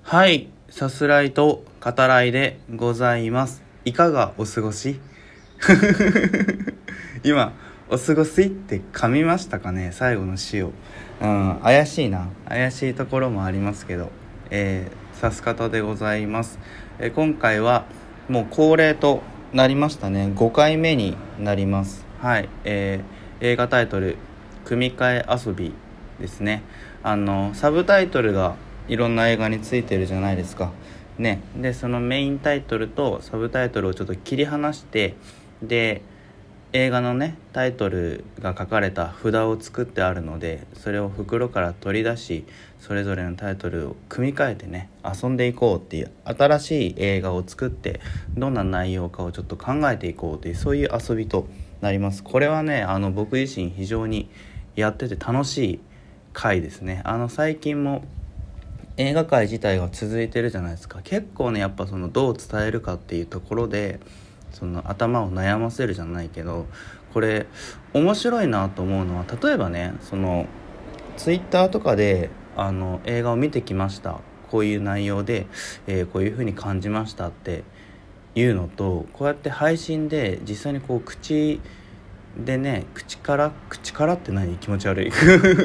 はい、さすらいと語らいでございます。いかがお過ごし今、お過ごしって噛みましたかね、最後の詩を。怪しいところもありますけど、さす方でございます。今回はもう恒例となりましたね。5回目になります。はい、映画タイトル組み替え遊びですね。サブタイトルがいろんな映画についてるじゃないですかね。でそのメインタイトルとサブタイトルをちょっと切り離して、で映画のねタイトルが書かれた札を作ってあるので、それを袋から取り出し、それぞれのタイトルを組み替えてね遊んでいこうっていう、新しい映画を作ってどんな内容かをちょっと考えていこうという、そういう遊びとなります。これはね僕自身非常にやってて楽しい回ですね。最近も映画界自体が続いてるじゃないですか。結構ねやっぱそのどう伝えるかっていうところで、その頭を悩ませるじゃないけど、これ面白いなと思うのは、例えばねそのツイッターとかで映画を見てきました、こういう内容で、こういう風に感じましたっていうのと、こうやって配信で実際にこう口でね、口からって何、気持ち悪い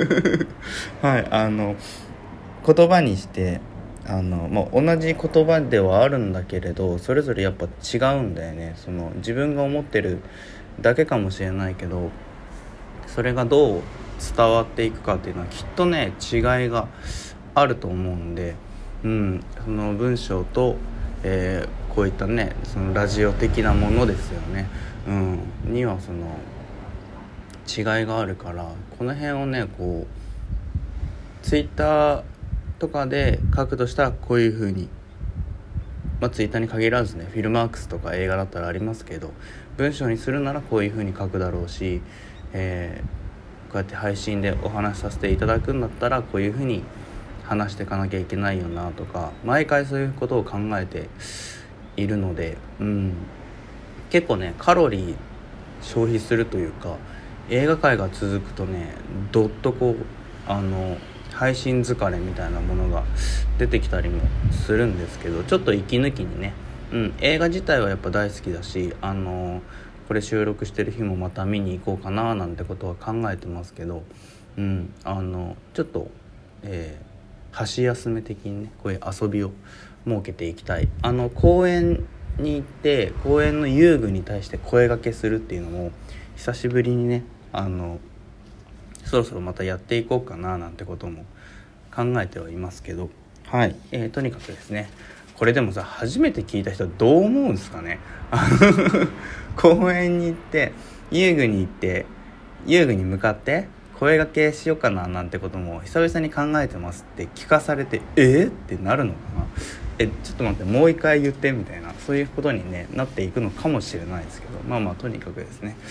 はい言葉にして、もう同じ言葉ではあるんだけれど、それぞれやっぱ違うんだよね。その自分が思ってるだけかもしれないけど、それがどう伝わっていくかっていうのはきっとね違いがあると思うんで、その文章と、こういったねそのラジオ的なものですよね、にはその違いがあるから、この辺をねこうツイッターとかで書くとしたらこういう風に、ツイッターに限らずね、フィルマークスとか映画だったらありますけど、文章にするならこういう風に書くだろうし、こうやって配信でお話しさせていただくんだったらこういう風に話していかなきゃいけないよなとか、毎回そういうことを考えているので、結構ねカロリー消費するというか、映画界が続くとねどっとこう配信疲れみたいなものが出てきたりもするんですけど、ちょっと息抜きにね、映画自体はやっぱ大好きだし、これ収録してる日もまた見に行こうかななんてことは考えてますけど、ちょっと、箸休め的にねこういう遊びを設けていきたい。公園に行って公園の遊具に対して声掛けするっていうのも久しぶりにねそろそろまたやっていこうかななんてことも考えてはいますけど、はい、とにかくですね、これでもさ初めて聞いた人はどう思うんですかね公園に行って遊具に行って遊具に向かって声掛けしようかななんてことも久々に考えてますって聞かされて、ってなるのかな。ちょっと待って、もう一回言ってみたいな、そういうことに、ね、なっていくのかもしれないですけど、とにかくですね、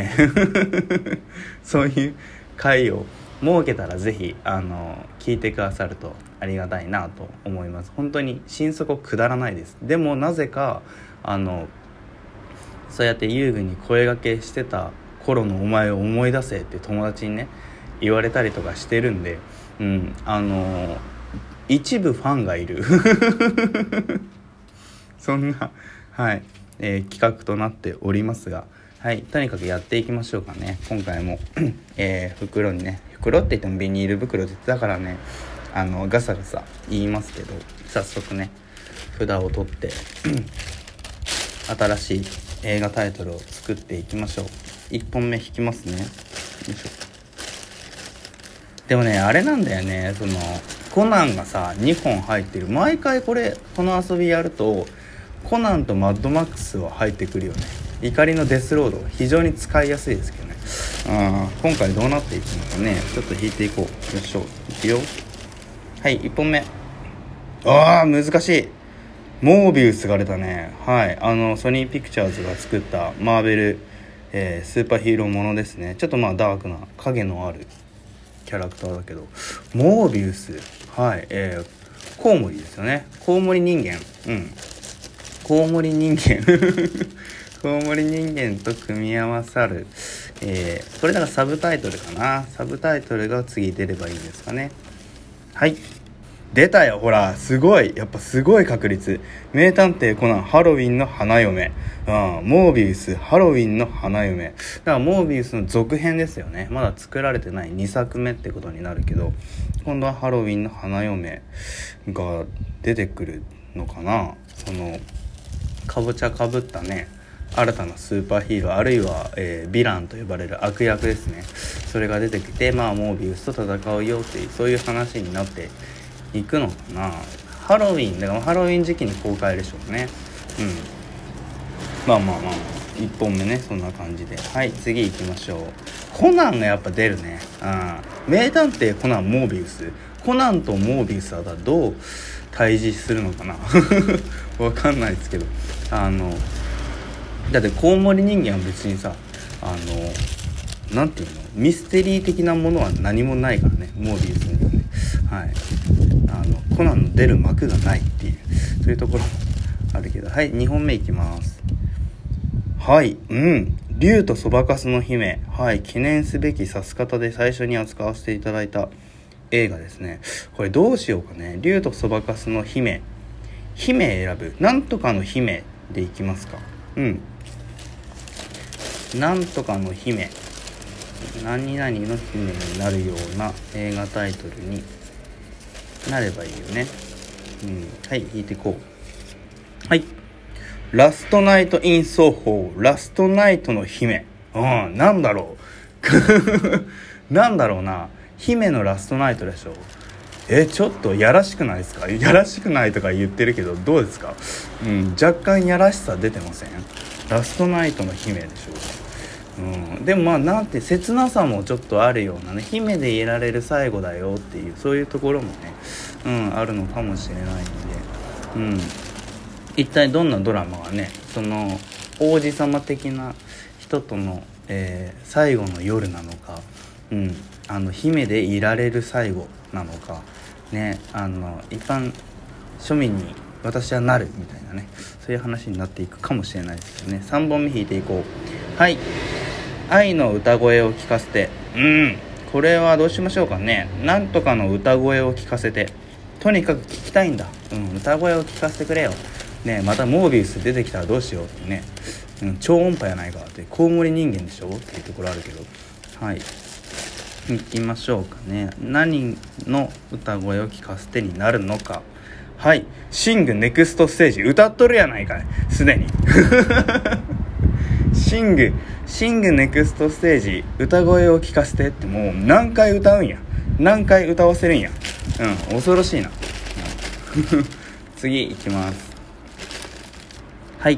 そういう回を設けたらぜひ聞いてくださるとありがたいなと思います。本当に心底くだらないです。でもなぜかそうやって遊具に声掛けしてた頃のお前を思い出せって友達にね言われたりとかしてるんで、一部ファンがいるそんな、企画となっておりますが、とにかくやっていきましょうかね。今回も、袋にね、袋って言ってもビニール袋って言ってたからねガサガサ言いますけど、早速ね札を取って新しい映画タイトルを作っていきましょう。1本目引きますね。よいしょ。でもねあれなんだよね、そのコナンがさ2本入ってる。毎回この遊びやるとコナンとマッドマックスは入ってくるよね。怒りのデスロード非常に使いやすいですけどね。今回どうなっていくのかね、ちょっと引いていこう。よいしょ、いくよ。はい、1本目。難しい。モービウスが出たね。ソニーピクチャーズが作ったマーベル、スーパーヒーローものですね。ちょっとダークな影のあるキャラクターだけど、モービウス、コウモリですよね。コウモリ人間、コウモリ人間コウモリ人間と組み合わさる、これだからサブタイトルかな。サブタイトルが次出ればいいんですかね。はい、 出たよ、ほら、すごい、やっぱすごい確率。名探偵コナンハロウィンの花嫁、モービウスハロウィンの花嫁。だからモービウスの続編ですよね。まだ作られてない2作目ってことになるけど、今度はハロウィンの花嫁が出てくるのかな。そのかぼちゃかぶったね、新たなスーパーヒーロー、あるいは、ヴィランと呼ばれる悪役ですね。それが出てきて、モービウスと戦うよっていう、そういう話になっていくのかな。ハロウィンだからハロウィン時期に公開でしょうね。1本目ね、そんな感じで。はい、次行きましょう。コナンがやっぱ出るね。名探偵コナンモービウス、コナンとモービウスはどう対峙するのかなわかんないですけど、だってコウモリ人間は別にさ、なんていうの、ミステリー的なものは何もないからね、モービウスにはね。はい、コナンの出る幕がないっていう、そういうところもあるけど。はい、2本目いきます。はい、竜とそばかすの姫。はい、記念すべきさす方で最初に扱わせていただいた映画ですね。これどうしようかね。竜とそばかすの姫選ぶ、なんとかの姫でいきますか。なんとかの姫、何々の姫になるような映画タイトルになればいいよね。はい、引いていこう。はい、ラストナイトイン奏法、ラストナイトの姫。なんだろうなんだろうな。姫のラストナイトでしょ。ちょっとやらしくないですか。やらしくないとか言ってるけどどうですか。若干やらしさ出てません？ラストナイトの姫でしょ。でもなんて切なさもちょっとあるようなね、姫でいられる最後だよっていう、そういうところもね、あるのかもしれないので、一体どんなドラマがね、その王子様的な人との、最後の夜なのか、姫でいられる最後なのかね、一般庶民に私はなるみたいなね、そういう話になっていくかもしれないですよね。3本目引いていこう。はい、愛の歌声を聞かせて。これはどうしましょうかね。なんとかの歌声を聞かせて、とにかく聞きたいんだ。歌声を聞かせてくれよね。またモービウス出てきたらどうしようってね、超音波やないかって、コウモリ人間でしょっていうところあるけど、はい、行きましょうかね。何の歌声を聞かせてになるのか。はい、シングネクストステージ、歌っとるやないかいすでにシングネクストステージ、歌声を聞かせてって、もう何回歌うんや、何回歌わせるんや。恐ろしいな。次行きます。はい、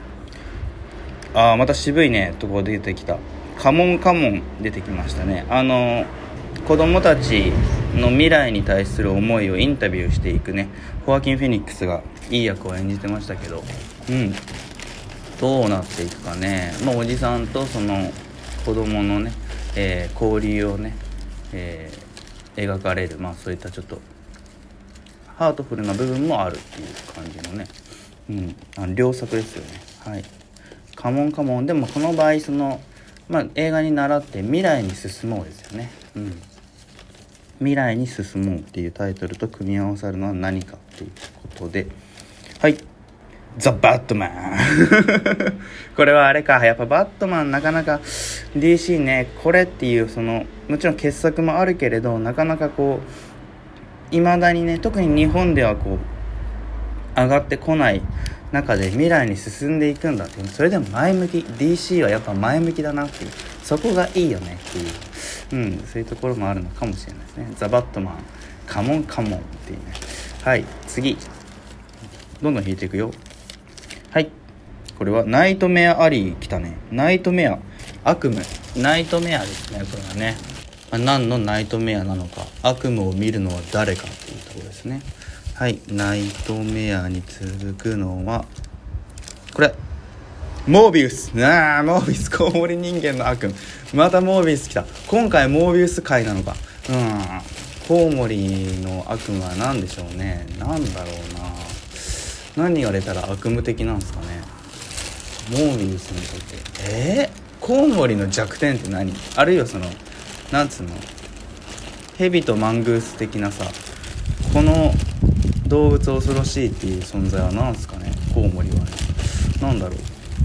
また渋いねとこ出てきた。カモンカモン出てきましたね。子供たちの未来に対する思いをインタビューしていくね、ホアキン・フェニックスがいい役を演じてましたけど、どうなっていくかね。おじさんとその子供のね、交流をね、描かれる、そういったちょっとハートフルな部分もあるっていう感じのね、良作ですよね。はい、カモンカモン。でもこの場合その映画に倣って未来に進もうですよね。未来に進もうっていうタイトルと組み合わさるのは何かっていうことで、はい、ザ・バットマンこれはあれか、やっぱバットマンなかなか DC ね、これっていうそのもちろん傑作もあるけれど、なかなかこう未だにね、特に日本ではこう上がってこない中で未来に進んでいくんだっていう、それでも前向き、 DC はやっぱ前向きだなっていう、そこがいいよねっていう、そういうところもあるのかもしれないですね。ザ・バットマンカモンカモンっていうね。はい、次どんどん引いていくよ。はい、これはナイトメアアリー来たね。ナイトメア、悪夢、ナイトメアですね。これはね、何のナイトメアなのか、悪夢を見るのは誰かっていうところですね。はい、ナイトメアに続くのはこれ、モービウス。モービウス、コウモリ人間の悪夢。またモービウス来た。今回モービウス回なのか。コウモリの悪夢は何でしょうね。なんだろうな。何言われたら悪夢的なんですかね、モービウスにとって。コウモリの弱点って何？あるいはそのなんつうの、ヘビとマングース的なさ、 この動物恐ろしいっていう存在は何ですかね。コウモリはね、なんだろう。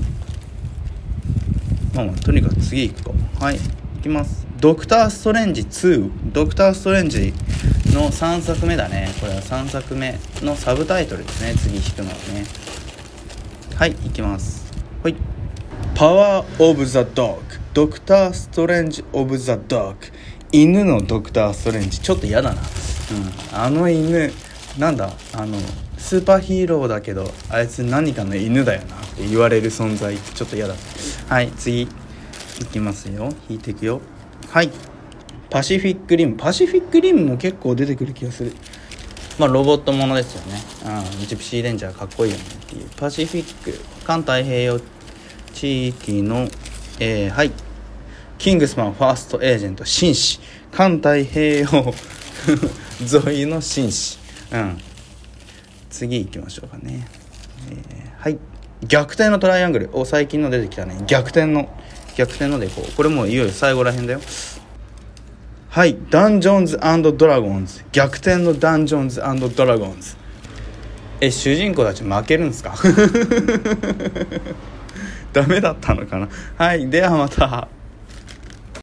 まあとにかく次行くか。はい、行きます。ドクターストレンジ2、ドクターストレンジの3作目だね。これは3作目のサブタイトルですね。次引くのはね。はい、行きます。はい、パワーオブザドッグ、ドクターストレンジオブザドッグ、犬のドクターストレンジ、ちょっと嫌だな。あの犬なんだ、スーパーヒーローだけどあいつ何かの犬だよなって言われる存在、ちょっと嫌だ。はい、次いきますよ。引いていくよ。はい、パシフィックリム。パシフィックリムも結構出てくる気がする。まあロボットものですよね。ジプシーレンジャーかっこいいよねっていう。パシフィック環太平洋地域の、はい、キングスマンファーストエージェント紳士、環太平洋沿いの紳士。次行きましょうかね。はい、逆転のトライアングル。最近の出てきたね。逆転のでこう、これもういよいよ最後らへんだよ。はい、ダンジョンズ&ドラゴンズ。逆転のダンジョンズ&ドラゴンズ。主人公たち負けるんすかダメだったのかな。はい、ではまた。